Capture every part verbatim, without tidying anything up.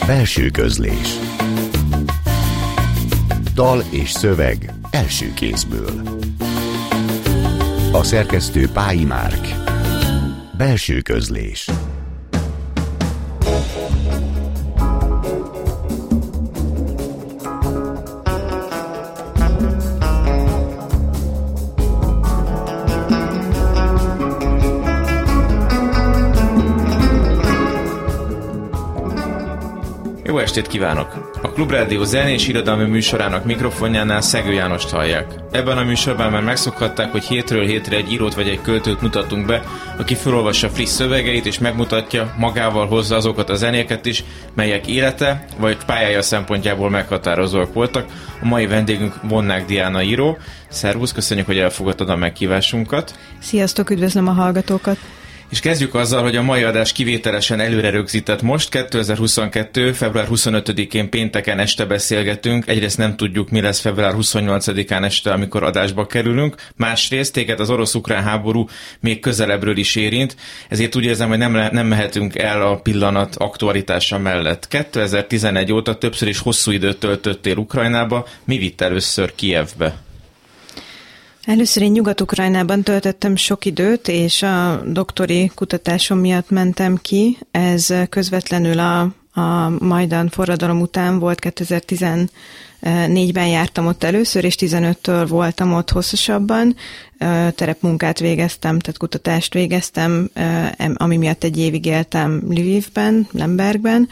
Belső közlés. Dal és szöveg első kézből. A szerkesztő Pályi Márk. Belső közlés. Jó estét kívánok! A Klubrádió zenés irodalmi műsorának mikrofonjánál Szegő Jánost hallják. Ebben a műsorban már megszokhatták, hogy hétről hétre egy írót vagy egy költőt mutatunk be, aki felolvassa friss szövegeit és megmutatja, magával hozza azokat a zenéket is, melyek élete vagy pályája szempontjából meghatározóak voltak. A mai vendégünk Vonnák Diana író. Szervusz, köszönjük, hogy elfogadtad a meghívásunkat. Sziasztok, üdvözlöm a hallgatókat! És kezdjük azzal, hogy a mai adás kivételesen előre rögzített most, kétezer-huszonkettő. február huszonötödikén pénteken este beszélgetünk. Egyrészt nem tudjuk, mi lesz február huszonnyolcadikán este, amikor adásba kerülünk. Másrészt téged az orosz-ukrán háború még közelebbről is érint, ezért úgy érzem, hogy nem, le, nem mehetünk el a pillanat aktualitása mellett. kétezer-tizenegy óta többször is hosszú időt töltöttél Ukrajnába. Mi vitt először Kijevbe? Először én Nyugat-Ukrajnában töltöttem sok időt, és a doktori kutatásom miatt mentem ki. Ez közvetlenül a, a Majdan forradalom után volt, kétezer-tizennégyben jártam ott először, és tizenöttől voltam ott hosszasabban. Terepmunkát végeztem, tehát kutatást végeztem, ami miatt egy évig éltem Lvivben, Lembergben.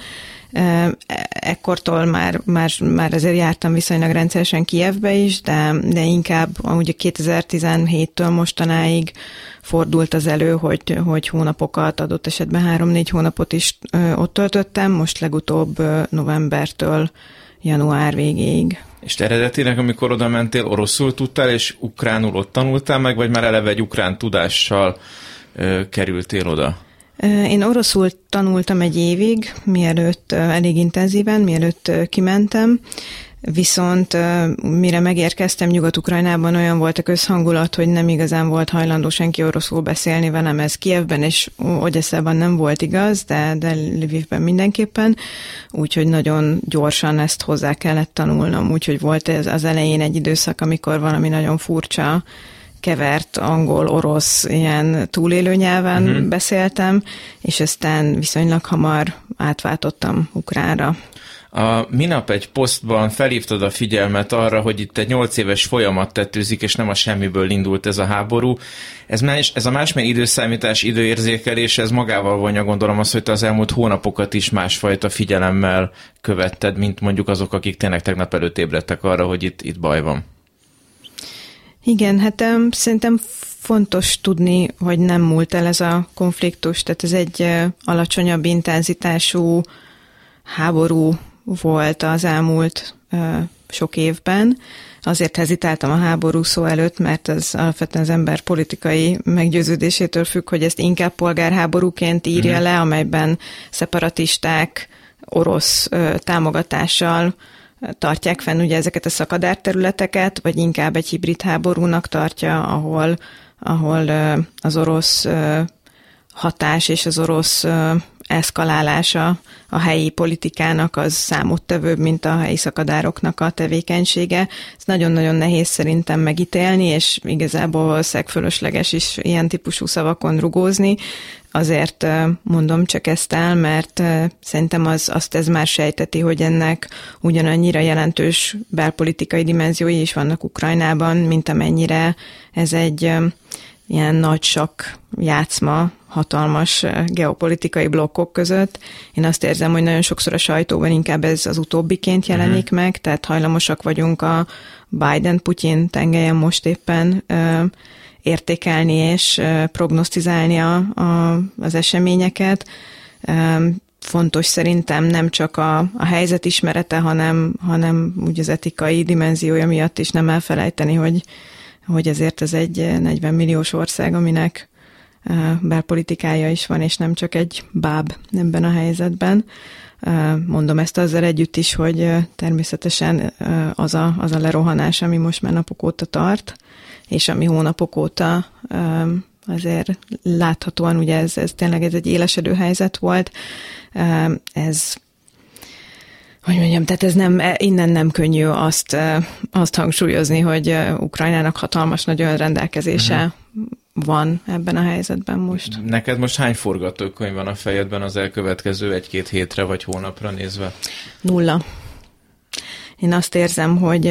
Ekkortól már, már, már azért jártam viszonylag rendszeresen Kijevbe is, de, de inkább ugye kétezer-tizenhéttől mostanáig fordult az elő, hogy, hogy hónapokat, adott esetben három-négy hónapot is ott töltöttem, most legutóbb novembertől január végéig. És te eredetileg, amikor oda mentél, oroszul tudtál, és ukránul ott tanultál meg, vagy már eleve egy ukrán tudással ö, kerültél oda? Én oroszul tanultam egy évig, mielőtt elég intenzíven, mielőtt kimentem, viszont mire megérkeztem Nyugat-Ukrajnában, olyan volt a közhangulat, hogy nem igazán volt hajlandó senki oroszul beszélni velem, ez Kijevben és Odyesszában nem volt igaz, de, de Lvivben mindenképpen, úgyhogy nagyon gyorsan ezt hozzá kellett tanulnom, úgyhogy volt ez az elején egy időszak, amikor valami nagyon furcsa, kevert angol, orosz, ilyen túlélő nyelven uh-huh. beszéltem, és aztán viszonylag hamar átváltottam ukránra. A minap egy posztban felhívtad a figyelmet arra, hogy itt egy nyolc éves folyamat tetőzik, és nem a semmiből indult ez a háború. Ez, más, ez a másmilyen időszámítás, időérzékelés, ez magával vonja, gondolom azt, hogy te az elmúlt hónapokat is másfajta figyelemmel követted, mint mondjuk azok, akik tényleg tegnap előtt ébredtek arra, hogy itt, itt baj van. Igen, hát um, szerintem fontos tudni, hogy nem múlt el ez a konfliktus, tehát ez egy uh, alacsonyabb intenzitású háború volt az elmúlt uh, sok évben. Azért hezitáltam a háború szó előtt, mert az alapvetően az ember politikai meggyőződésétől függ, hogy ezt inkább polgárháborúként írja mm-hmm. le, amelyben szeparatisták orosz uh, támogatással tartják fenn ugye ezeket a szakadárterületeket, vagy inkább egy hibrid háborúnak tartja, ahol, ahol az orosz hatás és az orosz eszkalálása a helyi politikának az számottevőbb, mint a helyi szakadároknak a tevékenysége. Ez nagyon-nagyon nehéz szerintem megítélni, és igazából valószínűleg fölösleges is ilyen típusú szavakon rugózni. Azért mondom csak ezt el, mert szerintem az, azt ez már sejteti, hogy ennek ugyanannyira jelentős belpolitikai dimenziói is vannak Ukrajnában, mint amennyire ez egy ilyen nagy sakk játszma hatalmas geopolitikai blokkok között. Én azt érzem, hogy nagyon sokszor a sajtóban inkább ez az utóbbiként jelenik uh-huh. meg, tehát hajlamosak vagyunk a Biden-Putyin tengelyen most éppen ö, értékelni és ö, prognosztizálni a, a, az eseményeket. Ö, fontos szerintem nem csak a, a helyzet ismerete, hanem, hanem úgy az etikai dimenziója miatt is nem elfelejteni, hogy hogy ezért ez egy negyven milliós ország, aminek belpolitikája is van, és nem csak egy báb ebben a helyzetben. Mondom ezt azzal együtt is, hogy természetesen az a, az a lerohanás, ami most már napok óta tart, és ami hónapok óta azért láthatóan, ugye ez, ez tényleg ez egy élesedő helyzet volt, ez hogy mondjam, tehát ez nem, innen nem könnyű azt, azt hangsúlyozni, hogy Ukrajnának hatalmas nagy önrendelkezése uh-huh. van ebben a helyzetben most. Neked most hány forgatókönyv van a fejedben az elkövetkező egy-két hétre vagy hónapra nézve? Nulla. Én azt érzem, hogy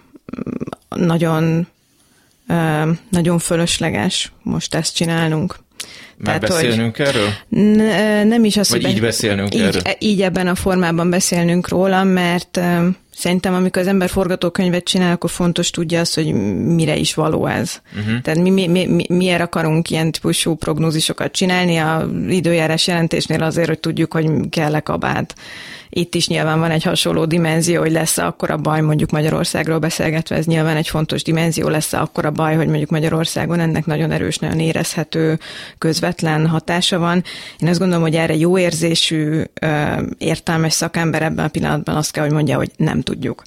nagyon, nagyon fölösleges most ezt csinálnunk. Már Tehát, beszélnünk erről? N- nem is az, Vagy hogy így beszélnünk így, erről? Így ebben a formában beszélnünk róla, mert uh, szerintem amikor az ember forgatókönyvet csinál, akkor fontos tudja azt, hogy mire is való ez. Uh-huh. Tehát mi, mi, mi, mi, miért akarunk ilyen típusú prognózisokat csinálni az időjárás jelentésnél azért, hogy tudjuk, hogy kell-e kabát. Itt is nyilván van egy hasonló dimenzió, hogy lesz-e akkora baj, mondjuk Magyarországról beszélgetve, ez nyilván egy fontos dimenzió, lesz-e akkora baj, hogy mondjuk Magyarországon ennek nagyon erős, nagyon érezhető, közvetlen hatása van. Én azt gondolom, hogy erre jó érzésű, értelmes szakember ebben a pillanatban azt kell, hogy mondja, hogy nem tudjuk.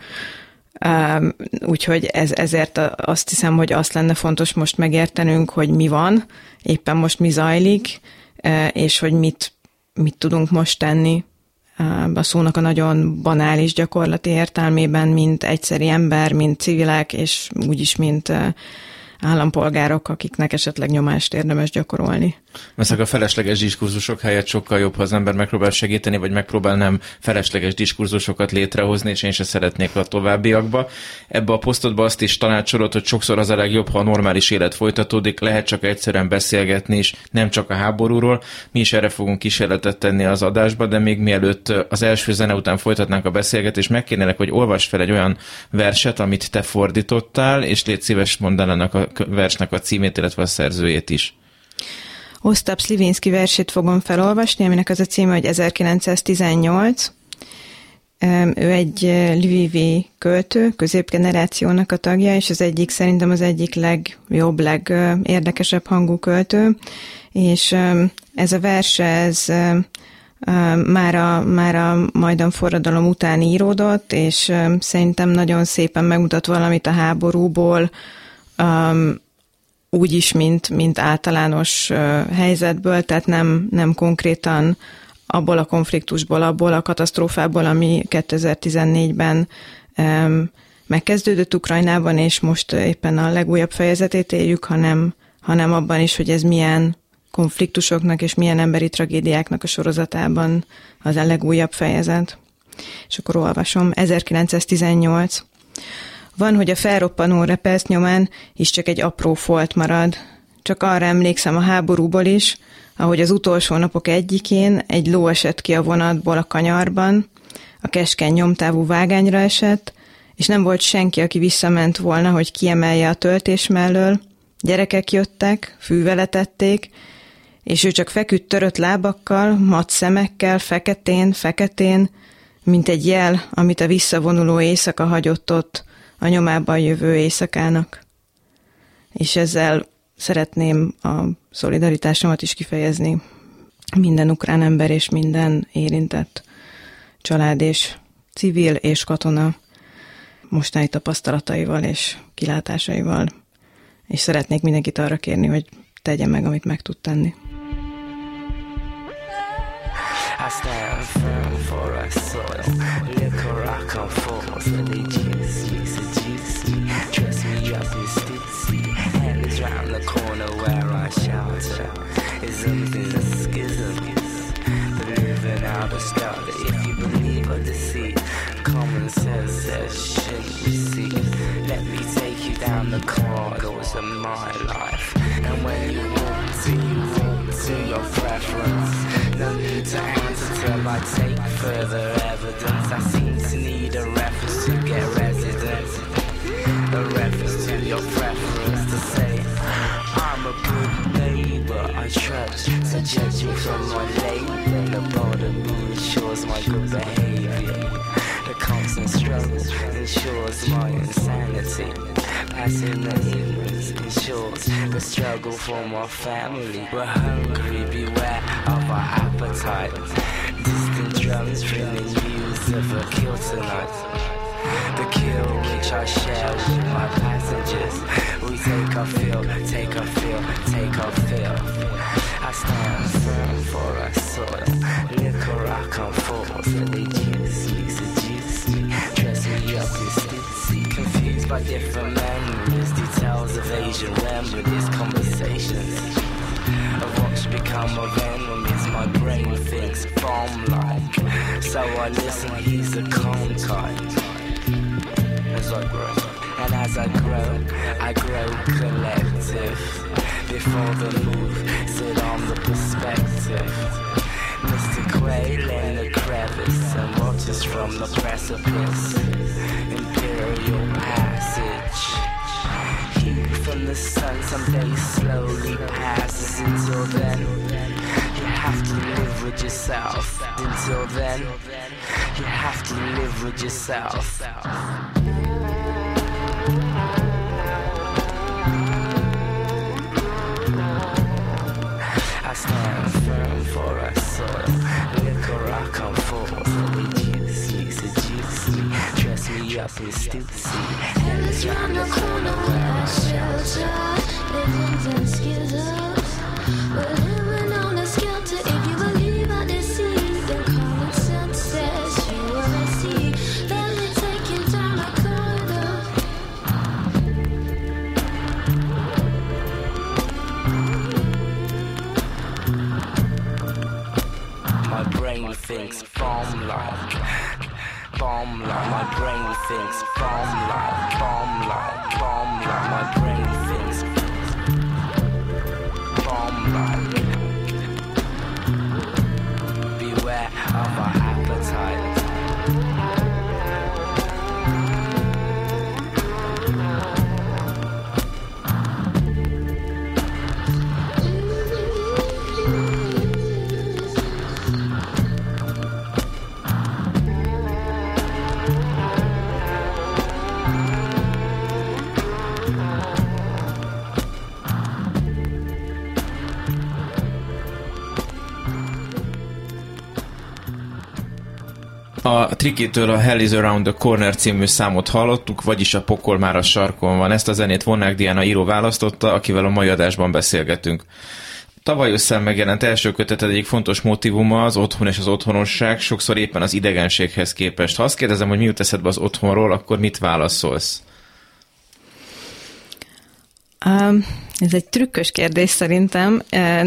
Úgyhogy ez, ezért azt hiszem, hogy azt lenne fontos most megértenünk, hogy mi van, éppen most mi zajlik, és hogy mit, mit tudunk most tenni a szónak a nagyon banális gyakorlati értelmében, mint egyszeri ember, mint civilek, és úgyis, mint állampolgárok, akiknek esetleg nyomást érdemes gyakorolni. Mert a felesleges diskurzusok helyett sokkal jobb, ha az ember megpróbál segíteni, vagy megpróbál nem felesleges diskurzusokat létrehozni, és én se szeretnék a továbbiakba. Ebbe a posztodba azt is tanácsolod, hogy sokszor az a legjobb, ha a normális élet folytatódik, lehet csak egyszerűen beszélgetni is, nem csak a háborúról. Mi is erre fogunk kísérletet tenni az adásba, de még mielőtt az első zene után folytatnánk a beszélgetést, megkérnélek, hogy olvasd fel egy olyan verset, amit te fordítottál, és légy szíves, mondd el ennek a versnek a címét, illetve a szerzőjét is. Ostap Slivinski versét fogom felolvasni, aminek az a címe, hogy ezerkilencszáztizennyolc. Ő egy lvivi költő, középgenerációnak a tagja, és az egyik, szerintem az egyik legjobb, legérdekesebb hangú költő, és ez a vers, ez már a, már a Majdan forradalom után íródott, és szerintem nagyon szépen megmutat valamit a háborúból, úgy is, mint, mint általános helyzetből, tehát nem, nem konkrétan abból a konfliktusból, abból a katasztrófából, ami kétezer-tizennégyben um, megkezdődött Ukrajnában, és most éppen a legújabb fejezetét éljük, hanem, hanem abban is, hogy ez milyen konfliktusoknak és milyen emberi tragédiáknak a sorozatában az a legújabb fejezet. És akkor olvasom. ezerkilencszáztizennyolc. Van, hogy a felroppanó repesz nyomán is csak egy apró folt marad. Csak arra emlékszem a háborúból is, ahogy az utolsó napok egyikén egy ló esett ki a vonatból a kanyarban, a keskeny nyomtávú vágányra esett, és nem volt senki, aki visszament volna, hogy kiemelje a töltés mellől. Gyerekek jöttek, fűvele tették, és ő csak feküdt törött lábakkal, mat szemekkel, feketén, feketén, mint egy jel, amit a visszavonuló éjszaka hagyott ott a nyomában jövő éjszakának. És ezzel szeretném a szolidaritásomat is kifejezni minden ukrán ember és minden érintett család és civil és katona mostani tapasztalataival és kilátásaival. És szeretnék mindenkit arra kérni, hogy tegye meg, amit meg tud tenni. I stand firm for our soil. Liquor rock on force when they juice, juice, juice. Dress me up in stitsy. And it's round the corner where I shelter. Isms is a schism. The living out of style. If you believe or deceive, common sense says shouldn't receive. Let me take you down the corridors of my life. And when you walk to, you walk to your preference. No need to answer till I take further evidence. I seem to need a reference to get residence. A reference to your preference to say I'm a good neighbor, I trust. To judge me from my label, the border moon ensures my good behavior. The constant struggle ensures my insanity. Passing the ignorance ensures the struggle for my family. We're hungry, beware of our appetite. Distant drums bringing news of a kill tonight. The kill which I share with my passengers. We take our fill, take our fill, take our fill. I stand firm for our soil. Liquor rock on force, and they juice, use the juice. got different memories, details of Asian remedies, conversations of what's become of enemies. My brain thinks bomb-like, so I listen, he's a calm kind. As I grow, and as I grow, I grow collective. Before the move, sit on the perspective. Mister Quail in the crevice and watches from the precipice. Imperial passage. Heat from the sun someday slowly passes. Until then, you have to live with yourself. Until then, you have to live with yourself. I stand firm for our soil. Liquor I come forth. Reduce me, seduce me, dress me up in stupidity. And it's round the corner where I shelter. Living in skizzles. We're living on a skelter. If you believe I deceive, then common sense says you wanna see. Let me take you down the corridor. My brain thinks bomb-like, bomb-like. My brain thinks bomb-like, bomb-like, bomb-like. My brain thinks bomb-like. Beware of our appetite. A Tricky-től a Hell is Around the Corner című számot hallottuk, vagyis a pokol már a sarkon van. Ezt a zenét Vonnák Diana író választotta, akivel a mai adásban beszélgetünk. Tavaly ősszel megjelent első köteted egyik fontos motívuma az otthon és az otthonosság, sokszor éppen az idegenséghez képest. Ha azt kérdezem, hogy mi jut eszedbe az otthonról, akkor mit válaszolsz? Um, ez egy trükkös kérdés szerintem.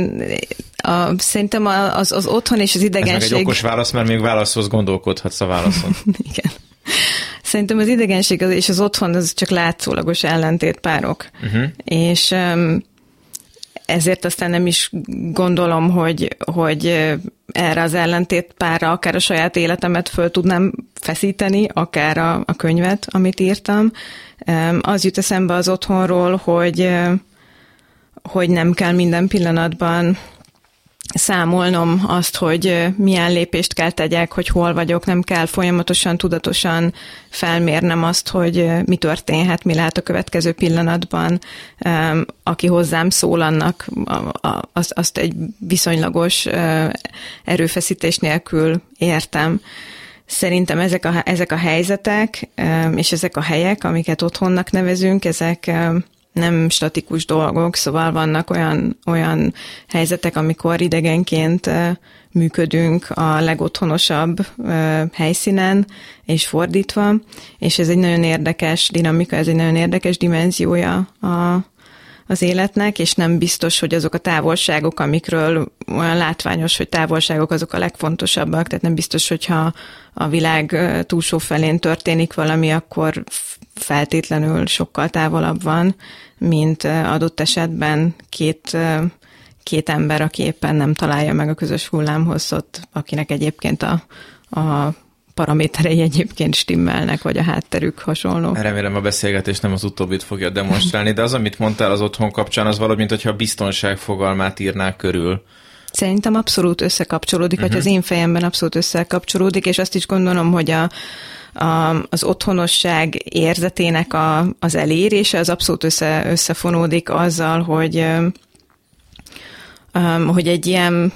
A, szerintem az, az otthon és az idegenség... Ez meg egy okos válasz, mert még válaszolsz, gondolkodhatsz a válaszon. Igen. Szerintem az idegenség és az otthon az csak látszólagos ellentétpárok. Uh-huh. És um, ezért aztán nem is gondolom, hogy, hogy erre az ellentétpárra akár a saját életemet föl tudnám feszíteni, akár a, a könyvet, amit írtam. Um, az jut eszembe az otthonról, hogy, hogy nem kell minden pillanatban számolnom azt, hogy milyen lépést kell tegyek, hogy hol vagyok, nem kell folyamatosan, tudatosan felmérnem azt, hogy mi történhet, mi lehet a következő pillanatban. Aki hozzám szól, annak azt egy viszonylagos erőfeszítés nélkül értem. Szerintem ezek a, ezek a helyzetek és ezek a helyek, amiket otthonnak nevezünk, ezek nem statikus dolgok, szóval vannak olyan, olyan helyzetek, amikor idegenként működünk a legotthonosabb helyszínen, és fordítva, és ez egy nagyon érdekes dinamika, ez egy nagyon érdekes dimenziója a, az életnek, és nem biztos, hogy azok a távolságok, amikről olyan látványos, hogy távolságok azok a legfontosabbak, tehát nem biztos, hogyha a világ túlsó felén történik valami, akkor feltétlenül sokkal távolabb van, mint adott esetben két, két ember, aki éppen nem találja meg a közös hullámhosszot, akinek egyébként a, a paraméterei egyébként stimmelnek, vagy a hátterük hasonló. Remélem a beszélgetés nem az utóbbit fogja demonstrálni, de az, amit mondtál az otthon kapcsán, az valami, mintha a biztonság fogalmát írnák körül. Szerintem abszolút összekapcsolódik, uh-huh. vagy az én fejemben abszolút összekapcsolódik, és azt is gondolom, hogy a A, az otthonosság érzetének a, az elérése az abszolút össze, összefonódik azzal, hogy, um, hogy egy ilyen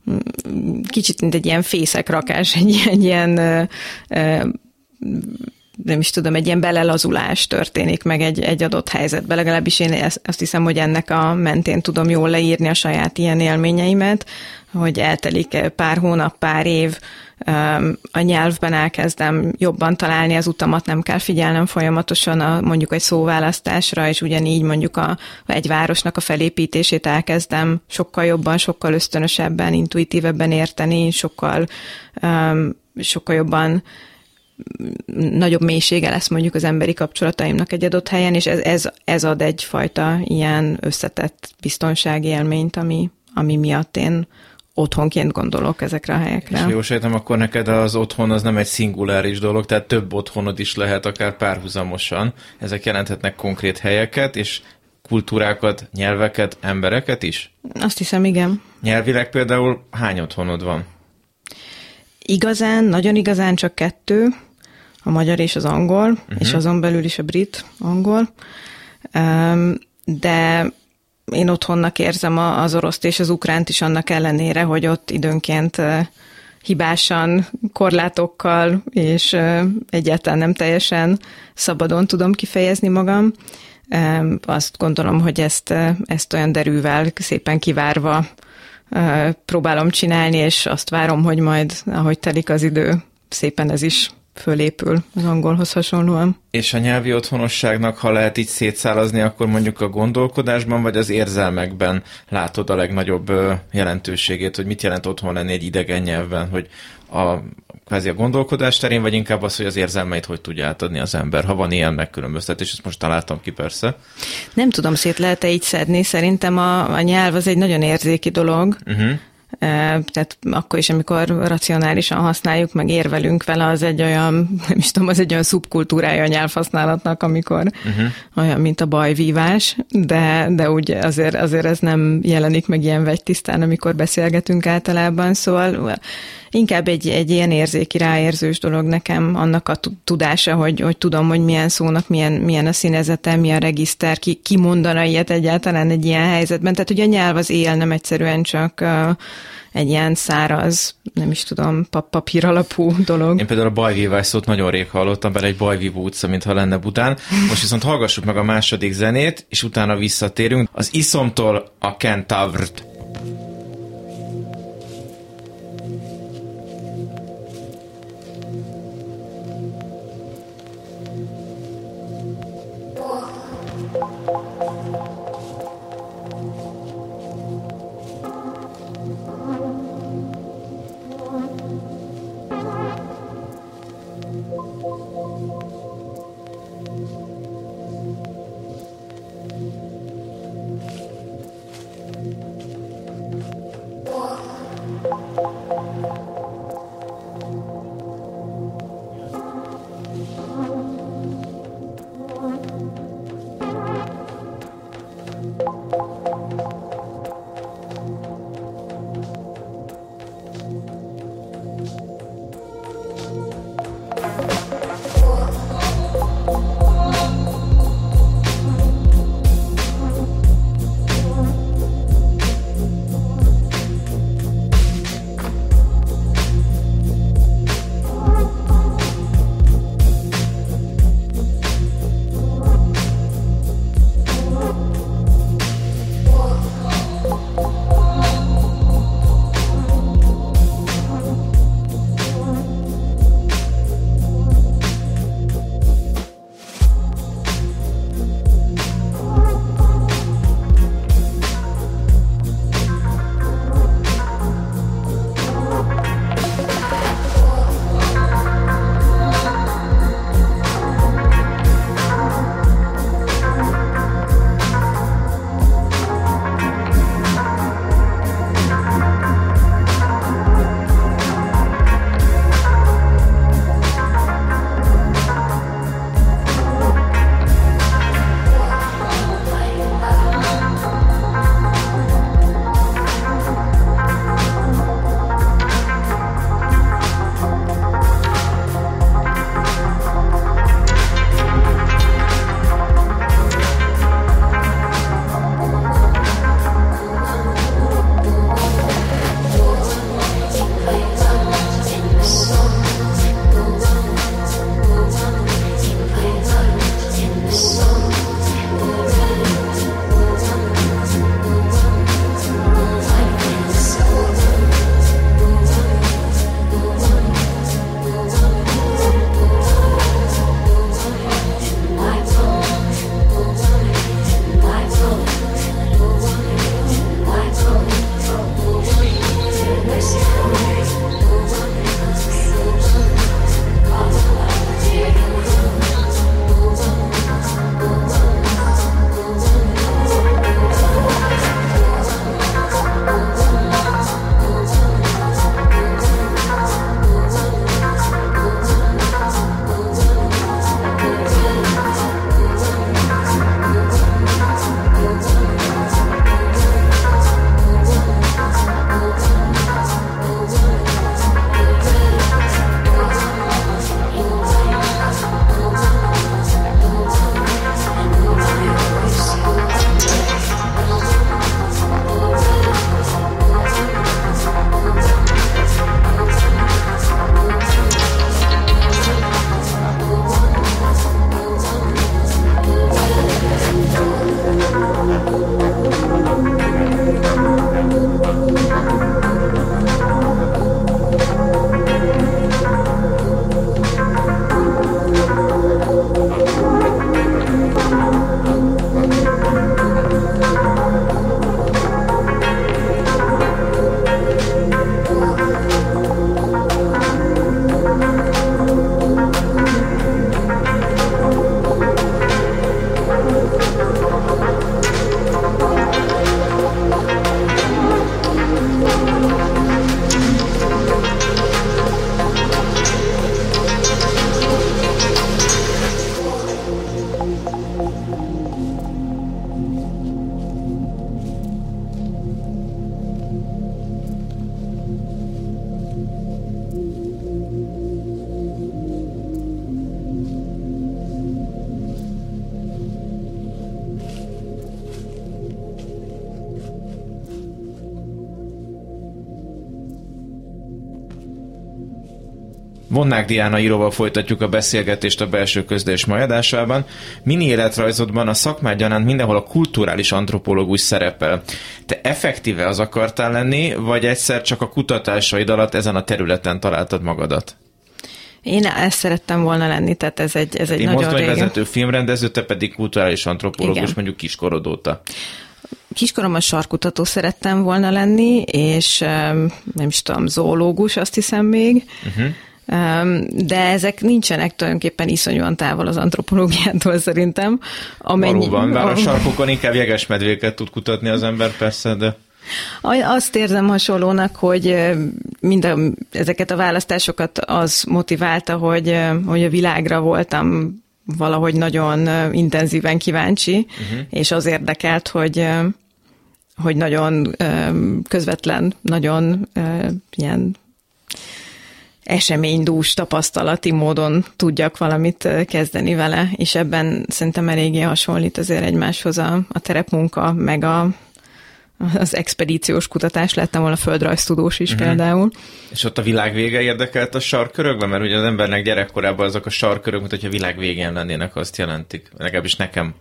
kicsit mint egy ilyen fészekrakás, egy, egy ilyen uh, uh, nem is tudom, egy ilyen belelazulás történik meg egy, egy adott helyzetben. Legalábbis én azt hiszem, hogy ennek a mentén tudom jól leírni a saját ilyen élményeimet, hogy eltelik pár hónap, pár év, a nyelvben elkezdem jobban találni az utamat, nem kell figyelnem folyamatosan a, mondjuk egy szóválasztásra, és ugyanígy mondjuk a, egy városnak a felépítését elkezdem sokkal jobban, sokkal ösztönösebben, intuitívebben érteni, sokkal, sokkal jobban nagyobb mélysége lesz mondjuk az emberi kapcsolataimnak egy adott helyen, és ez, ez, ez ad egyfajta ilyen összetett biztonsági élményt, ami, ami miatt én otthonként gondolok ezekre a helyekre. És jól sejtem, akkor neked az otthon az nem egy szinguláris dolog, tehát több otthonod is lehet akár párhuzamosan. Ezek jelenthetnek konkrét helyeket, és kultúrákat, nyelveket, embereket is? Azt hiszem, igen. Nyelvileg például hány otthonod van? Igazán, nagyon igazán csak kettő, a magyar és az angol, uh-huh. és azon belül is a brit angol. De én otthonnak érzem az oroszt és az ukránt is annak ellenére, hogy ott időnként hibásan, korlátokkal, és egyáltalán nem teljesen szabadon tudom kifejezni magam. Azt gondolom, hogy ezt, ezt olyan derűvel, szépen kivárva próbálom csinálni, és azt várom, hogy majd, ahogy telik az idő, szépen ez is fölépül az angolhoz hasonlóan. És a nyelvi otthonosságnak, ha lehet így szétszálazni, akkor mondjuk a gondolkodásban, vagy az érzelmekben látod a legnagyobb jelentőségét, hogy mit jelent otthon lenni egy idegen nyelvben, hogy a, kvázi a gondolkodás terén, vagy inkább az, hogy az érzelmeit hogy tudja átadni az ember, ha van ilyen megkülönböztetés, ezt most találtam ki persze. Nem tudom, szét lehet-e így szedni, szerintem a, a nyelv az egy nagyon érzéki dolog, uh-huh. Tehát akkor is, amikor racionálisan használjuk, meg érvelünk vele, az egy olyan, nem is tudom, az egy olyan szubkultúrája a nyelvhasználatnak, amikor uh-huh. olyan, mint a bajvívás, de, de úgy azért, azért ez nem jelenik meg ilyen vegytisztán, amikor beszélgetünk általában, szóval inkább egy, egy ilyen érzéki, ráérzős dolog nekem annak a tudása, hogy, hogy tudom, hogy milyen szónak milyen, milyen a színezete, milyen a regiszter, ki, ki mondana ilyet egyáltalán egy ilyen helyzetben. Tehát, hogy a nyelv az él, nem egyszerűen csak uh, egy ilyen száraz, nem is tudom, pap- papír alapú dolog. Én például a bajvívás szót nagyon rég hallottam, bele egy bajvívó utca, mintha lenne Budán. Most viszont hallgassuk meg a második zenét, és utána visszatérünk. Az Iszomtól a Kentavrt. Vonnák Diana íróval folytatjuk a beszélgetést a Belső Közlés mai adásában. Mini életrajzodban a szakmád gyanánt mindenhol a kulturális antropológus szerepel. Te effektíve az akartál lenni, vagy egyszer csak a kutatásaid alatt ezen a területen találtad magadat? Én ezt szerettem volna lenni, tehát ez egy, ez egy Én nagyon régen... mozdonyvezető filmrendező, te pedig kulturális antropológus, igen, mondjuk kiskorod óta. Kiskoromban sarkutató szerettem volna lenni, és nem is tudom, zoológus, azt hiszem még. Uh-huh. De ezek nincsenek tulajdonképpen iszonyúan távol az antropológiától szerintem. Amennyi... Valóban, bár a sarkokon inkább jegesmedvéket tud kutatni az ember persze, de... Azt érzem hasonlónak, hogy mind a, ezeket a választásokat az motiválta, hogy, hogy a világra voltam valahogy nagyon intenzíven kíváncsi, uh-huh. és az érdekelt, hogy, hogy nagyon közvetlen, nagyon ilyen eseménydús, tapasztalati módon tudjak valamit kezdeni vele, és ebben szerintem eléggé hasonlít azért egymáshoz a, a terepmunka, meg a, az expedíciós kutatás, lettem volna földrajztudós is uh-huh. például. És ott a világ vége érdekelt a sarkkörökben? Mert ugye az embernek gyerekkorában azok a sarkkörök, mint hogyha a világ végén lennének, azt jelentik. Legalábbis nekem.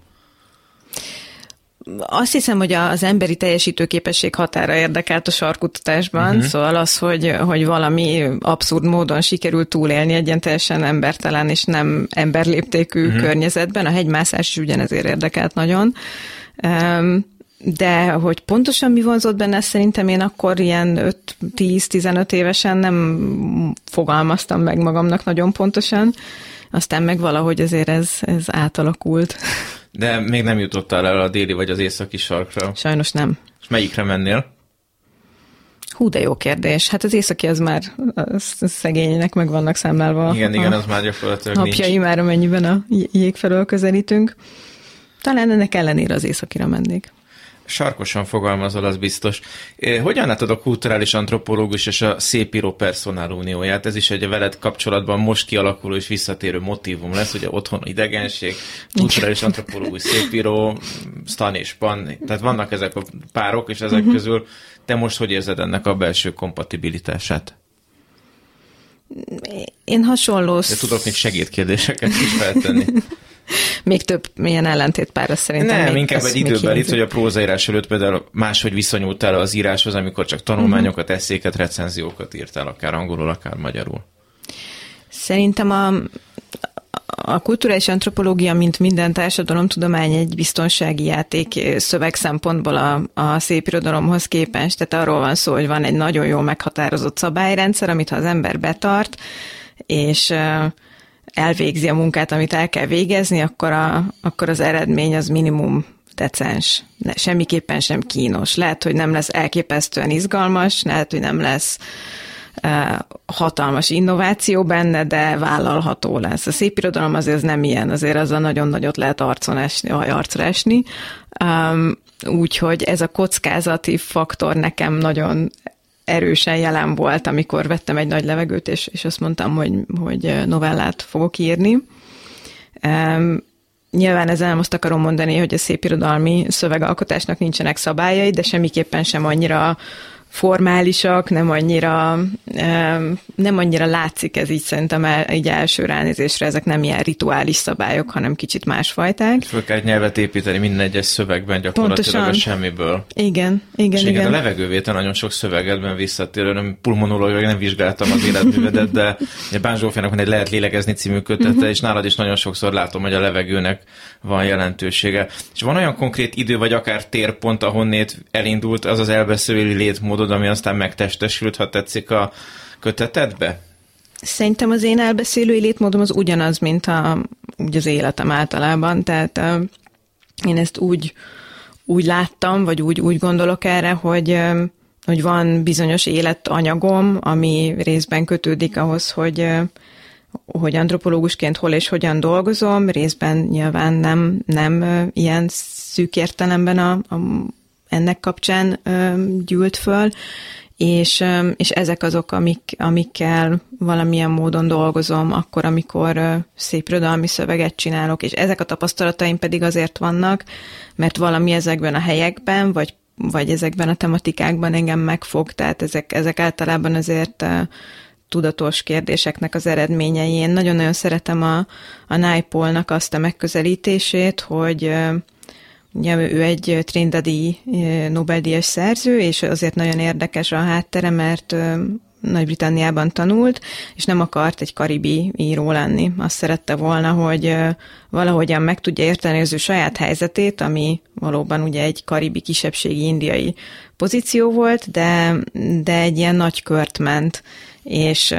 Azt hiszem, hogy az emberi teljesítőképesség határa érdekelt a sarkkutatásban, uh-huh. szóval az, hogy, hogy valami abszurd módon sikerült túlélni egy ilyen teljesen embertelen és nem emberléptékű uh-huh. környezetben. A hegymászás is ugyanezért érdekelt nagyon. De hogy pontosan mi vonzott benne, szerintem én akkor ilyen öt-tíz-tizenöt évesen nem fogalmaztam meg magamnak nagyon pontosan. Aztán meg valahogy azért ez, ez átalakult. De még nem jutottál el a déli vagy az északi sarkra? Sajnos nem. És melyikre mennél? Hú, de jó kérdés. Hát az északi az már az szegénynek meg vannak számlálva. Igen, a, igen, az már gyakorlatilag napjai nincs. már, amennyiben a jég felől közelítünk. Talán ennek ellenére az északira mennék. Sarkosan fogalmazol, az biztos. Hogyan látod a kulturális antropológus és a szépíró personál unióját? Ez is egy veled kapcsolatban most kialakuló és visszatérő motívum lesz, ugye otthon idegenség, kulturális antropológus, szépíró, stan és pan. Tehát vannak ezek a párok, és ezek uh-huh. közül te most hogy érzed ennek a belső kompatibilitását? Én hasonló... De tudok még segédkérdéseket is feltenni. Még több ilyen ellentétpárra szerintem. Nem, inkább egy időben itt, hogy a prózaírás előtt például máshogy viszonyultál az íráshoz, amikor csak tanulmányokat, esszéket, recenziókat írtál, akár angolul, akár magyarul. Szerintem a, a kulturális antropológia, mint minden társadalomtudomány, egy biztonsági játék szöveg szempontból a, a szépirodalomhoz képest. Tehát arról van szó, hogy van egy nagyon jól meghatározott szabályrendszer, amit ha az ember betart, és elvégzi a munkát, amit el kell végezni, akkor, a, akkor az eredmény az minimum decens. Semmiképpen sem kínos. Lehet, hogy nem lesz elképesztően izgalmas, lehet, hogy nem lesz uh, hatalmas innováció benne, de vállalható lesz. A szépirodalom azért nem ilyen, azért azzal nagyon nagyot lehet arcon esni, vagy arcra esni. Um, úgyhogy ez a kockázati faktor nekem nagyon erősen jelen volt, amikor vettem egy nagy levegőt, és, és azt mondtam, hogy, hogy novellát fogok írni. Um, nyilván ezzel nem azt akarom mondani, hogy a szépirodalmi szövegalkotásnak nincsenek szabályai, de semmiképpen sem annyira formálisak, nem annyira, um, nem annyira látszik ez így szerintem el, így első ránézésre, ezek nem ilyen rituális szabályok, hanem kicsit másfajták. Föl kell nyelvet építeni minden egyes szövegben gyakorlatilag Pontosan. A semmiből. Igen, igen, és igen. a levegővétel nagyon sok szövegedben visszatérő, nem pulmonológiai, nem vizsgáltam az életművedet, de Bán Zsófiának van egy Lehet lélegezni című kötete, uh-huh. és nálad is nagyon sokszor látom, hogy a levegőnek van jelentősége. És van olyan konkrét idő, vagy akár térpont, ahonnét elindult az az elbeszélői létmódod, ami aztán megtestesült, ha tetszik a kötetedbe? Szerintem az én elbeszélői létmódom az ugyanaz, mint a, úgy az életem általában, tehát uh, én ezt úgy, úgy láttam, vagy úgy, úgy gondolok erre, hogy, uh, hogy van bizonyos életanyagom, ami részben kötődik ahhoz, hogy, uh, hogy antropológusként hol és hogyan dolgozom, részben nyilván nem, nem uh, ilyen szűk értelemben a, a, ennek kapcsán uh, gyűlt föl, És, és ezek azok, amik, amikkel valamilyen módon dolgozom, akkor, amikor szépirodalmi szöveget csinálok, és ezek a tapasztalataim pedig azért vannak, mert valami ezekben a helyekben, vagy, vagy ezekben a tematikákban engem megfog, tehát ezek, ezek általában azért tudatos kérdéseknek az eredményei. Én nagyon-nagyon szeretem a, a Naipaulnak azt a megközelítését, hogy ugye ő egy Trindadi Nobel-díjas szerző, és azért nagyon érdekes a háttere, mert Nagy-Britanniában tanult, és nem akart egy karibi író lenni. Azt szerette volna, hogy valahogyan meg tudja érteni az ő saját helyzetét, ami valóban ugye egy karibi kisebbségi indiai pozíció volt, de, de egy ilyen nagy kört ment, és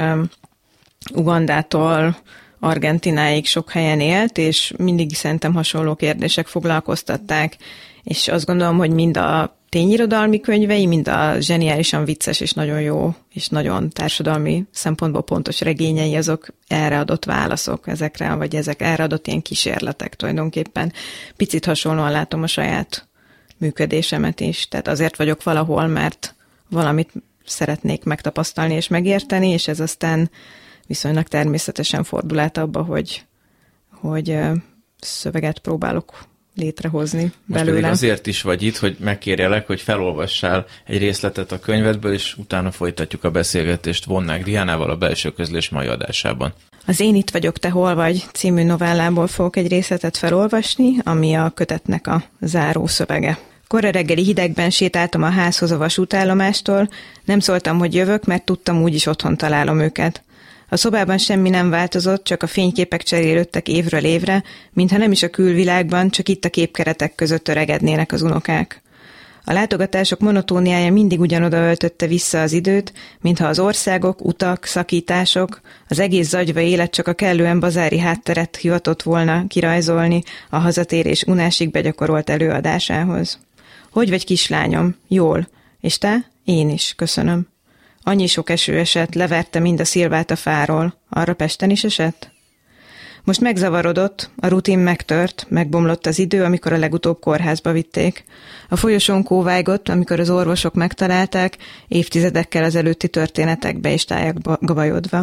Ugandától Argentináig sok helyen élt, és mindig szerintem hasonló kérdések foglalkoztatták, és azt gondolom, hogy mind a tényirodalmi könyvei, mind a zseniálisan vicces és nagyon jó, és nagyon társadalmi szempontból pontos regényei, azok erre adott válaszok ezekre, vagy ezek erre adott ilyen kísérletek tulajdonképpen. Picit hasonlóan látom a saját működésemet is, tehát azért vagyok valahol, mert valamit szeretnék megtapasztalni és megérteni, és ez aztán viszonylag természetesen fordul át abba, hogy, hogy szöveget próbálok létrehozni most belőle. Most pedig azért is vagy itt, hogy megkérjelek, hogy felolvassál egy részletet a könyvedből, és utána folytatjuk a beszélgetést Vonnák Diánával a Belső Közlés mai adásában. Az Én itt vagyok, te hol vagy című novellából fogok egy részletet felolvasni, ami a kötetnek a záró szövege. Kora reggeli hidegben sétáltam a házhoz a vasútállomástól, nem szóltam, hogy jövök, mert tudtam, úgyis otthon találom őket. A szobában semmi nem változott, csak a fényképek cserélődtek évről évre, mintha nem is a külvilágban, csak itt a képkeretek között öregednének az unokák. A látogatások monotóniája mindig ugyanoda öltötte vissza az időt, mintha az országok, utak, szakítások, az egész zagyva élet csak a kellően bazári hátteret hivatott volna kirajzolni a hazatérés unásig begyakorolt előadásához. Hogy vagy, kislányom? Jól. És te? Én is, köszönöm. Annyi sok eső esett, leverte mind a szilvát a fáról. Arra Pesten is esett? Most megzavarodott, a rutin megtört, megbomlott az idő, amikor a legutóbb kórházba vitték. A folyosón kóvájgott, amikor az orvosok megtalálták, évtizedekkel az előtti történetekbe és tájakba gabajodva.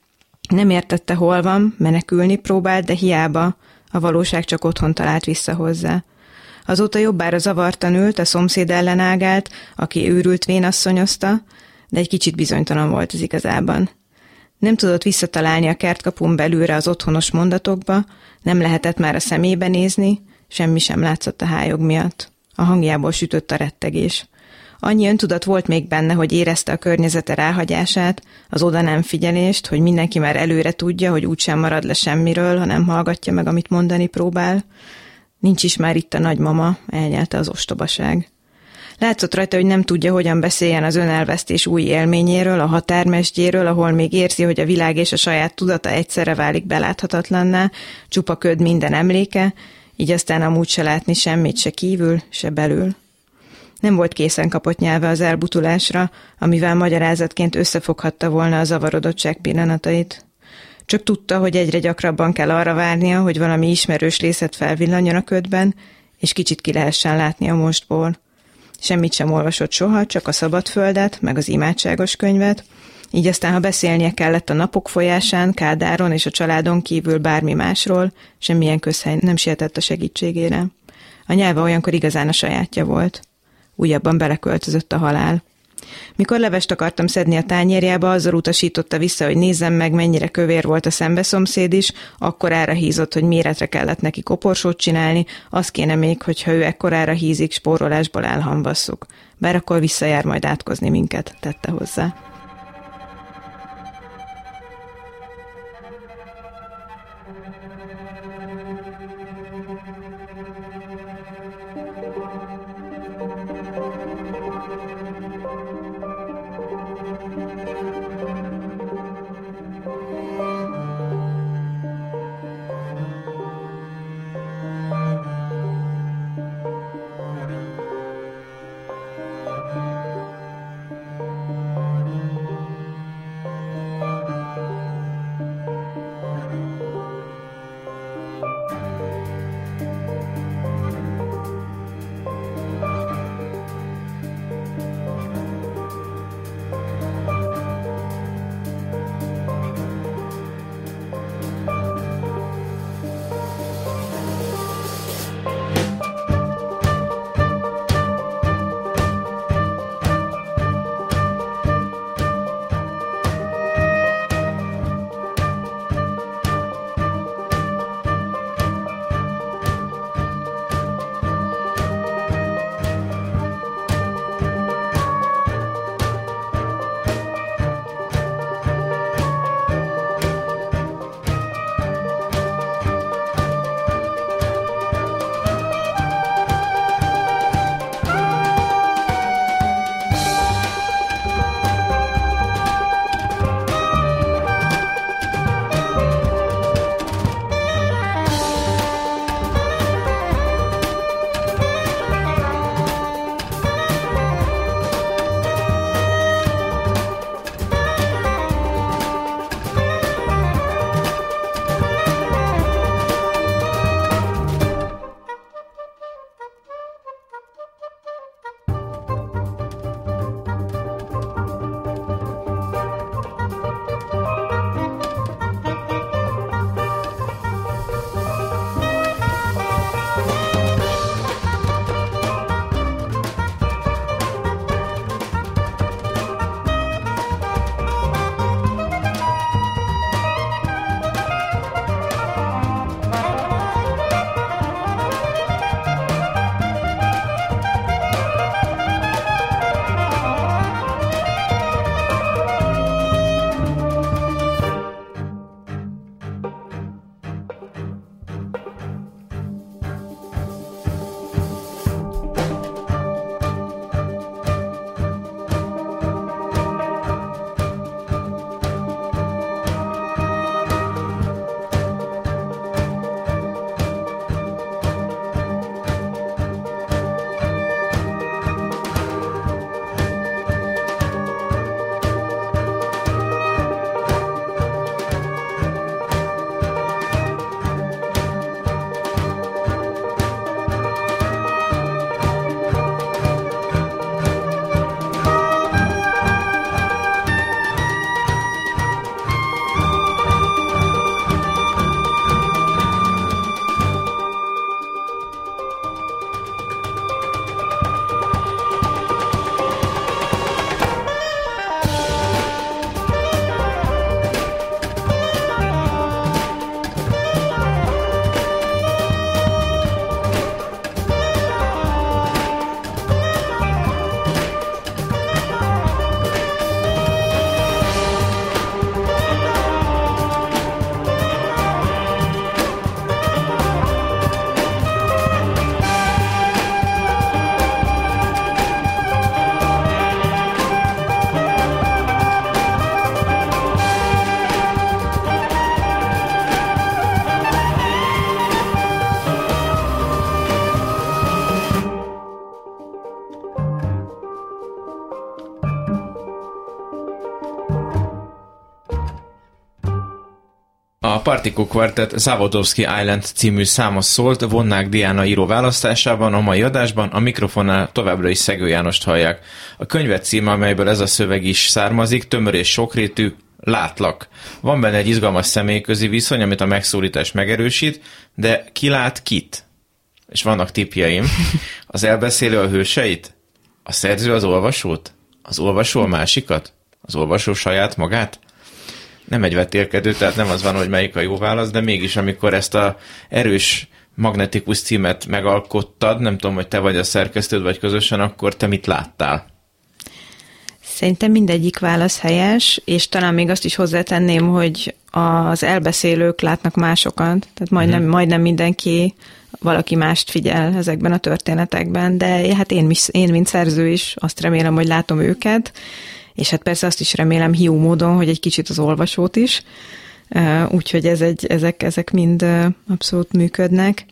Nem értette, hol van, menekülni próbált, de hiába, a valóság csak otthon talált vissza hozzá. Azóta jobbára zavartan ült, a szomszéd ellen ágált, aki őrült vénasszonyozta, de egy kicsit bizonytalan volt az igazában. Nem tudott visszatalálni a kertkapun belülre az otthonos mondatokba, nem lehetett már a szemébe nézni, semmi sem látszott a hályog miatt. A hangjából sütött a rettegés. Annyi öntudat volt még benne, hogy érezte a környezete ráhagyását, az oda nem figyelést, hogy mindenki már előre tudja, hogy úgysem marad le semmiről, hanem hallgatja meg, amit mondani próbál. Nincs is már itt a nagymama, elnyelte az ostobaság. Látszott rajta, hogy nem tudja, hogyan beszéljen az önelvesztés új élményéről, a határmesdjéről, ahol még érzi, hogy a világ és a saját tudata egyszerre válik beláthatatlanná, csupa köd minden emléke, így aztán amúgy se látni semmit se kívül, se belül. Nem volt készen kapott nyelve az elbutulásra, amivel magyarázatként összefoghatta volna a zavarodottság pillanatait. Csak tudta, hogy egyre gyakrabban kell arra várnia, hogy valami ismerős részlet felvillanjon a ködben, és kicsit ki lehessen látni a mostból. Semmit sem olvasott soha, csak a Szabadföldet, meg az imádságos könyvet, így aztán, ha beszélnie kellett a napok folyásán, Kádáron és a családon kívül bármi másról, semmilyen közhely nem sietett a segítségére. A nyelve olyankor igazán a sajátja volt. Újabban beleköltözött a halál. Mikor levest akartam szedni a tányérjába, azzal utasította vissza, hogy nézzem meg, mennyire kövér volt a szembeszomszéd is, akkorára hízott, hogy méretre kellett neki koporsót csinálni, az kéne még, hogyha ő ekkorára hízik, spórolásból elhamvasszuk. Bár akkor visszajár majd átkozni minket, tette hozzá. A Particle Quartet Zawodowski Island című száma szólt Vonnák Diana író választásában, a mai adásban a mikrofonnál továbbra is Szegő Jánost hallják. A könyvet címe, amelyből ez a szöveg is származik, tömör és sokrétű, Látlak. Van benne egy izgalmas személyközi viszony, amit a megszólítás megerősít, de ki lát kit? És vannak tippjeim. Az elbeszélő a hőseit? A szerző az olvasót? Az olvasó a másikat? Az olvasó saját magát? Nem egy vetélkedő, tehát nem az van, hogy melyik a jó válasz, de mégis amikor ezt a erős magnetikus címet megalkottad, nem tudom, hogy te vagy a szerkesztőd, vagy közösen, akkor te mit láttál? Szerintem mindegyik válasz helyes, és talán még azt is hozzátenném, hogy az elbeszélők látnak másokat, tehát majdnem, hmm. majdnem mindenki valaki mást figyel ezekben a történetekben, de hát én, én, mint szerző is azt remélem, hogy látom őket, és hát persze azt is remélem hiú módon, hogy egy kicsit az olvasót is, úgyhogy ez egy, ezek, ezek mind abszolút működnek.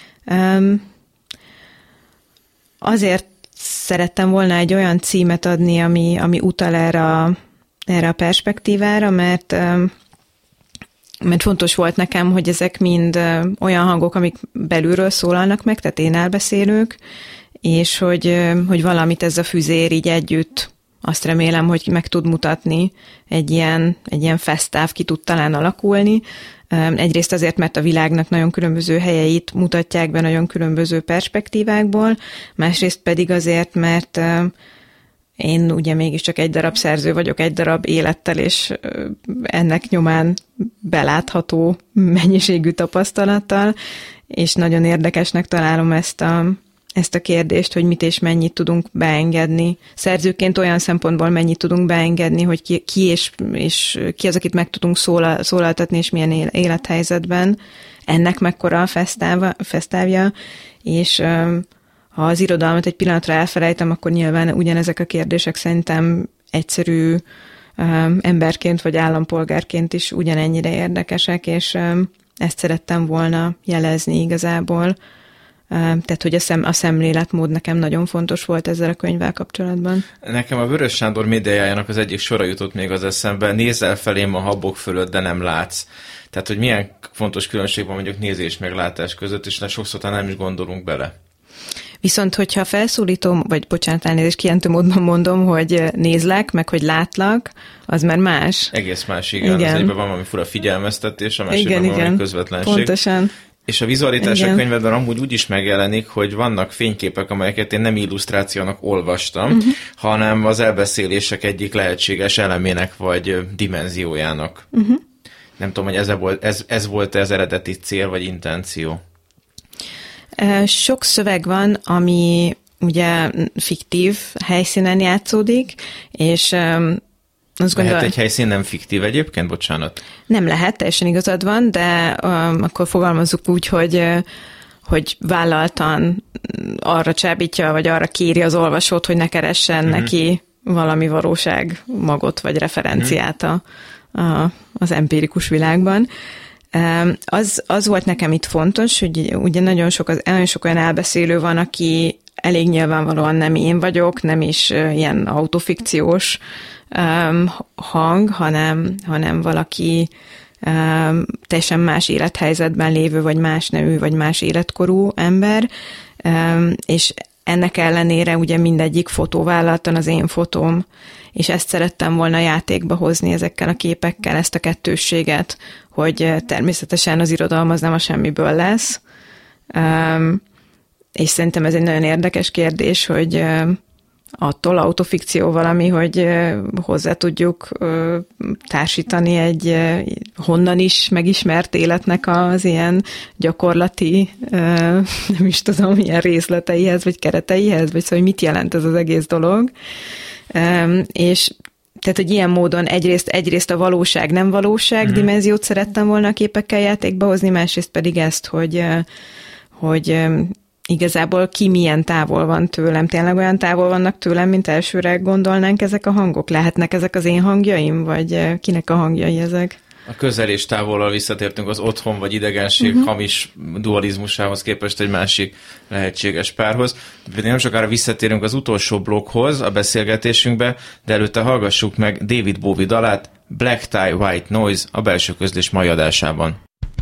Azért szerettem volna egy olyan címet adni, ami, ami utal erre a, erre a perspektívára, mert, mert fontos volt nekem, hogy ezek mind olyan hangok, amik belülről szólalnak meg, tehát én elbeszélők, és hogy, hogy valamit ez a füzér így együtt, azt remélem, hogy meg tud mutatni, egy ilyen, egy ilyen fesztáv ki tud talán alakulni. Egyrészt azért, mert a világnak nagyon különböző helyeit mutatják be nagyon különböző perspektívákból, másrészt pedig azért, mert én ugye mégiscsak egy darab szerző vagyok, egy darab élettel, és ennek nyomán belátható mennyiségű tapasztalattal, és nagyon érdekesnek találom ezt a ezt a kérdést, hogy mit és mennyit tudunk beengedni. Szerzőként olyan szempontból mennyit tudunk beengedni, hogy ki, ki és, és ki az, akit meg tudunk szólal, szólaltatni, és milyen élethelyzetben. Ennek mekkora a fesztávja, és ha az irodalmat egy pillanatra elfelejtem, akkor nyilván ugyanezek a kérdések szerintem egyszerű emberként vagy állampolgárként is ugyanennyire érdekesek, és ezt szerettem volna jelezni igazából. Tehát, hogy a, szem, a szemléletmód nekem nagyon fontos volt ezzel a könyvvel kapcsolatban. Nekem a Vörös Sándor médiájának az egyik sora jutott még az eszembe, nézzel felém a habok fölött, de nem látsz. Tehát, hogy milyen fontos különbség van mondjuk nézés meg látás között, és sokszor nem is gondolunk bele. Viszont, hogyha felszólítom, vagy bocsánat, elnézést, kijelentő módon mondom, hogy nézlek, meg hogy látlak, az már más. Egész más, igen. igen. Az egyben van valami fura figyelmeztetés, a másikban igen, valami igen. közvetlenség. Pontosan. És a vizualitás a könyvedben amúgy úgy is megjelenik, hogy vannak fényképek, amelyeket én nem illusztrációnak olvastam, uh-huh. hanem az elbeszélések egyik lehetséges elemének vagy dimenziójának. Uh-huh. Nem tudom, hogy ez volt, ez, ez volt az eredeti cél vagy intenció. Sok szöveg van, ami ugye fiktív helyszínen játszódik, és azt Lehet gondol... egy helyszín nem fiktív egyébként? Bocsánat. Nem lehet, teljesen igazad van, de um, akkor fogalmazzuk úgy, hogy, hogy vállaltan arra csábítja, vagy arra kéri az olvasót, hogy ne keressen uh-huh. neki valami valóság magot, vagy referenciát uh-huh. a, a, az empirikus világban. Um, az, az volt nekem itt fontos, hogy ugye nagyon sok, az, nagyon sok olyan elbeszélő van, aki elég nyilvánvalóan nem én vagyok, nem is uh, ilyen autofikciós Um, hang, hanem, hanem valaki um, teljesen más élethelyzetben lévő, vagy más nemű, vagy más életkorú ember, um, és ennek ellenére ugye mindegyik fotóvállalaton az én fotóm, és ezt szerettem volna játékba hozni ezekkel a képekkel, ezt a kettősséget, hogy természetesen az irodalom az nem a semmiből lesz, um, és szerintem ez egy nagyon érdekes kérdés, hogy um, attól autofikció valami, hogy hozzá tudjuk társítani egy honnan is megismert életnek az ilyen gyakorlati, nem is tudom, ilyen részleteihez, vagy kereteihez, vagy szóval mit jelent ez az egész dolog. És tehát, hogy ilyen módon egyrészt, egyrészt a valóság, nem valóság mm-hmm. dimenziót szerettem volna a képekkel játékba hozni, másrészt pedig ezt, hogy, hogy igazából ki milyen távol van tőlem. Tényleg olyan távol vannak tőlem, mint elsőre gondolnánk ezek a hangok? Lehetnek ezek az én hangjaim, vagy kinek a hangjai ezek? A közel és távol visszatértünk az otthon vagy idegenség uh-huh. hamis dualizmusához képest egy másik lehetséges párhoz. Nem sokára visszatérünk az utolsó blokkhoz a beszélgetésünkbe, de előtte hallgassuk meg David Bowie dalát, Black Tie, White Noise a Belső Közlés mai adásában.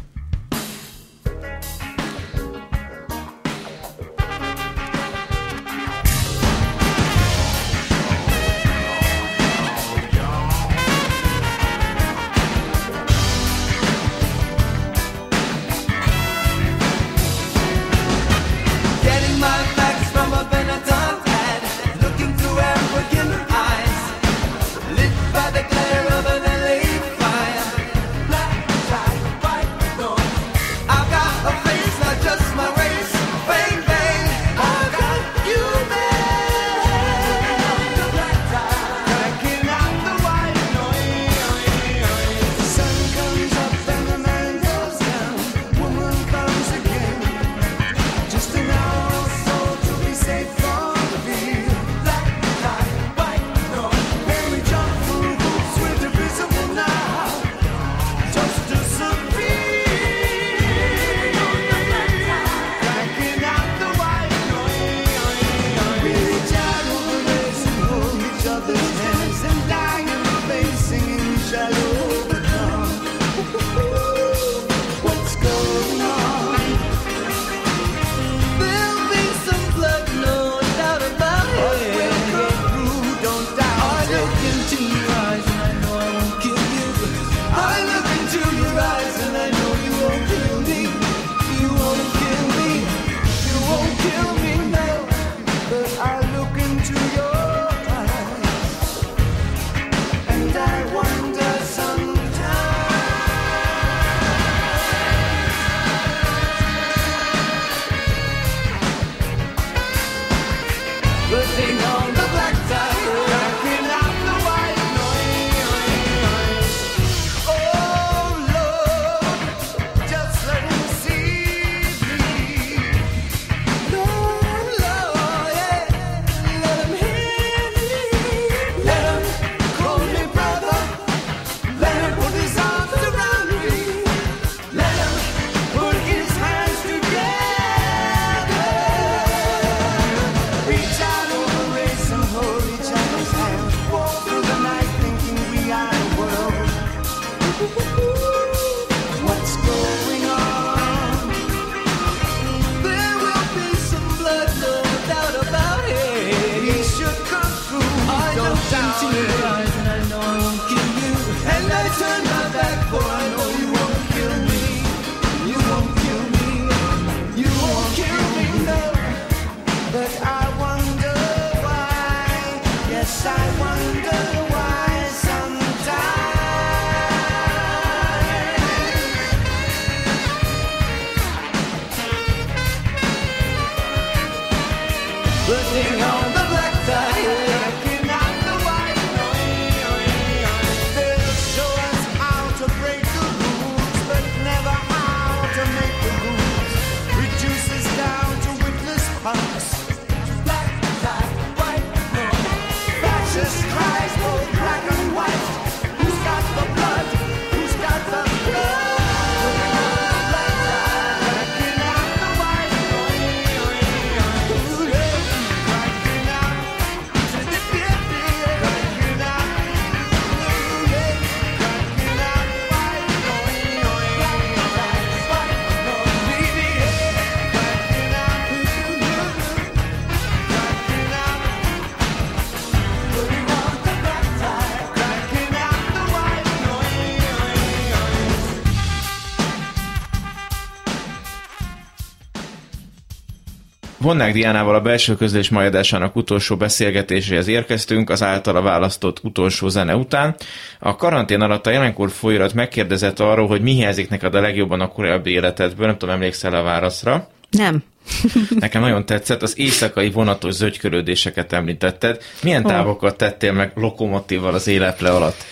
Vonnák Diánával a Belső Közlés mai adásának utolsó beszélgetéséhez érkeztünk az általa választott utolsó zene után. A karantén alatt a Jelenkor folyóirat megkérdezett arról, hogy mi hiányzik neked a legjobban a korábbi életedből, nem tudom, emlékszel a válaszra? Nem. Nekem nagyon tetszett, az éjszakai vonatos zögykölődéseket említetted. Milyen távokat tettél meg lokomotívval az életle alatt?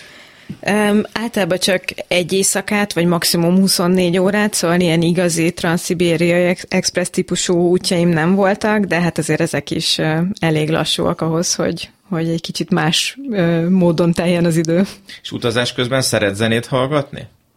Um, általában csak egy éjszakát, vagy maximum huszonnégy órát, szóval ilyen igazi transzszibériai express típusú útjaim nem voltak, de hát azért ezek is uh, elég lassúak ahhoz, hogy, hogy egy kicsit más uh, módon teljen az idő. És utazás közben szeret zenét hallgatni?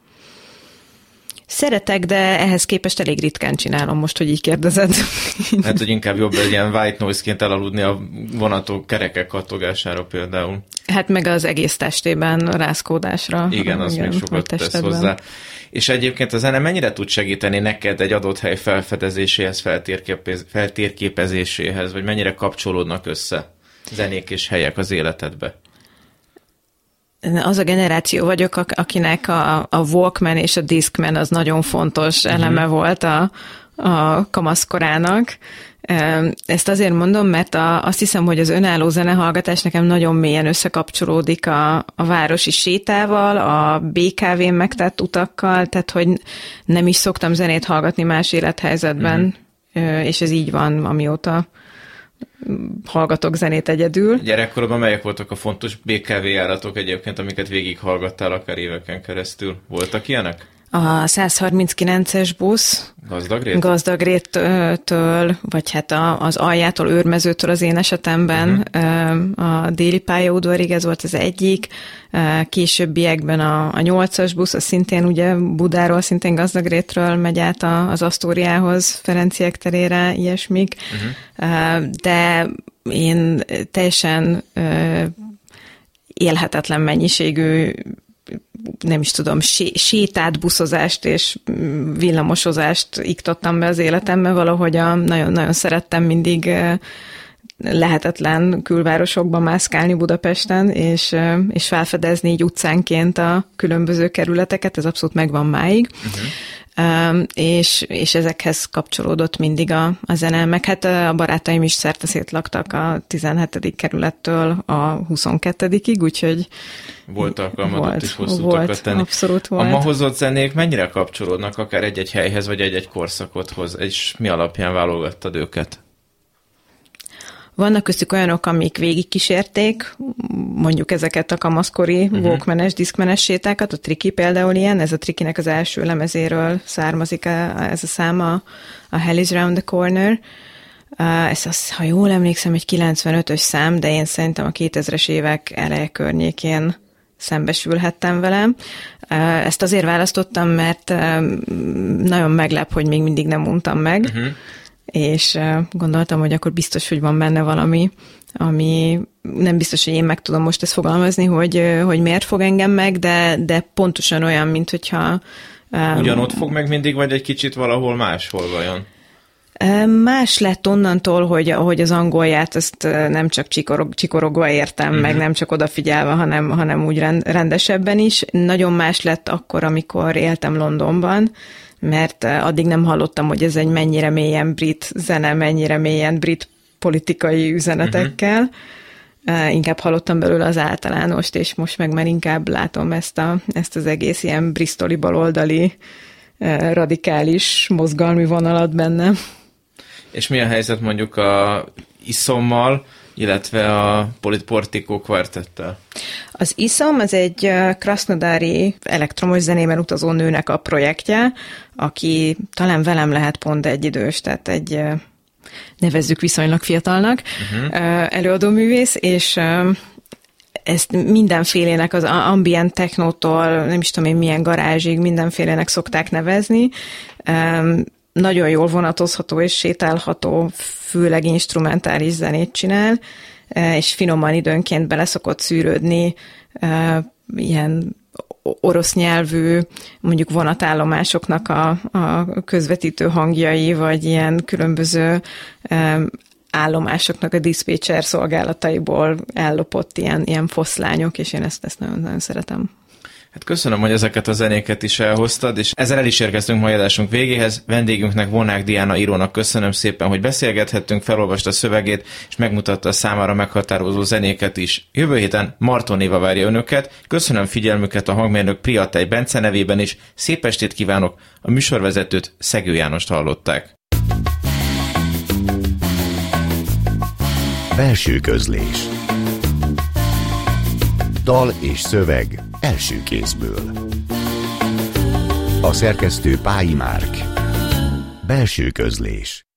Szeretek, de ehhez képest elég ritkán csinálom most, hogy így kérdezed. Hát, hogy inkább jobb egy ilyen white noise-ként elaludni a vonatok kerekek kattogására például. Hát meg az egész testében rázkódásra. Igen, az igen, még sokat tesz hozzá. És egyébként a zene mennyire tud segíteni neked egy adott hely felfedezéséhez, feltérképez, feltérképezéséhez, vagy mennyire kapcsolódnak össze zenék és helyek az életedbe? Az a generáció vagyok, akinek a, a Walkman és a Discman az nagyon fontos eleme uh-huh. volt a, a kamaszkorának. Ezt azért mondom, mert a, azt hiszem, hogy az önálló zenehallgatás nekem nagyon mélyen összekapcsolódik a, a városi sétával, a bé ká vén megtett utakkal, tehát hogy nem is szoktam zenét hallgatni más élethelyzetben, uh-huh. és ez így van, amióta hallgatok zenét egyedül. Gyerekkorodban melyek voltak a fontos bé ká vé járatok egyébként, amiket végighallgattál akár éveken keresztül? Voltak ilyenek? A száz harminckilences busz. Gazdagrét? Gazdagréttől, vagy hát a, az aljától, Őrmezőtől az én esetemben. Uh-huh. A déli pályaudvarig ez volt az egyik. Későbbiekben a, a nyolcas busz, az szintén ugye Budáról, szintén Gazdagrétről megy át a, az Asztóriához, Ferenciek terére, ilyesmik. Uh-huh. De én teljesen élhetetlen mennyiségű, nem is tudom, sé- sétát, buszozást és villamosozást iktattam be az életembe, valahogy a, nagyon, nagyon szerettem mindig lehetetlen külvárosokban mászkálni Budapesten, és, és felfedezni így utcánként a különböző kerületeket, ez abszolút megvan máig. Uh-huh. Um, és, és ezekhez kapcsolódott mindig a, a zene, meg hát a barátaim is szerte laktak a tizenhetedik kerülettől a huszonkettedikig, úgyhogy volt alkalmad ott is hosszú volt, utakat tenni. Abszolút volt. A ma hozott zenék mennyire kapcsolódnak akár egy-egy helyhez, vagy egy-egy korszakothoz, és mi alapján válogattad őket? Vannak köztük olyanok, amik végigkísérték, mondjuk ezeket a kamaszkori uh-huh. walkmanes, diszkmenes sétákat, a Triki például ilyen, ez a Trikinek az első lemezéről származik ez a szám, a, a Hell is Round the Corner. Ez az, ha jól emlékszem, egy kilencvenötös szám, de én szerintem a kétezres évek eleje környékén szembesülhettem velem. Ezt azért választottam, mert nagyon meglep, hogy még mindig nem untam meg, uh-huh. és gondoltam, hogy akkor biztos, hogy van benne valami, ami nem biztos, hogy én meg tudom most ezt fogalmazni, hogy, hogy miért fog engem meg, de, de pontosan olyan, mint hogyha... Ugyanott fog meg mindig, vagy egy kicsit valahol máshol vajon? Más lett onnantól, hogy ahogy az angolját azt nem csak csikorog, csikorogva értem, uh-huh. meg nem csak odafigyelve, hanem, hanem úgy rendesebben is. Nagyon más lett akkor, amikor éltem Londonban, mert addig nem hallottam, hogy ez egy mennyire mélyen brit zene, mennyire mélyen brit politikai üzenetekkel. Uh-huh. Inkább hallottam belőle az általánost, és most meg már inkább látom ezt, a, ezt az egész ilyen bristoli baloldali radikális mozgalmi vonalat benne. És mi a helyzet mondjuk a iszommal, illetve a Portico kvartettel? Az iszom az egy krasznodári elektromos zenében utazó nőnek a projektje, aki talán velem lehet pont egyidős, tehát egy nevezzük viszonylag fiatalnak uh-huh. előadóművész, és ezt mindenfélének, az ambient technótól, nem is tudom én milyen garázsig, mindenfélének szokták nevezni. Nagyon jól vonatozható és sétálható, főleg instrumentális zenét csinál, és finoman időnként bele szokott szűrődni ilyen orosz nyelvű, mondjuk vonatállomásoknak a, a közvetítő hangjai, vagy ilyen különböző állomásoknak a diszpécser szolgálataiból ellopott ilyen, ilyen foszlányok, és én ezt, ezt nagyon, nagyon szeretem. Hát köszönöm, hogy ezeket a zenéket is elhoztad, és ezzel el is érkeztünk mai adásunk végéhez. Vendégünknek, Vonák Diana írónak köszönöm szépen, hogy beszélgethettünk, felolvasta a szövegét, és megmutatta a számára meghatározó zenéket is. Jövő héten Marton Éva várja önöket. Köszönöm figyelmüket a hangmérnök Priatej Bence nevében is. Szép estét kívánok! A műsorvezetőt, Szegő Jánost hallották. Belső közlés. Dal és szöveg első kézből. A szerkesztő Pályi Márk. Belső közlés.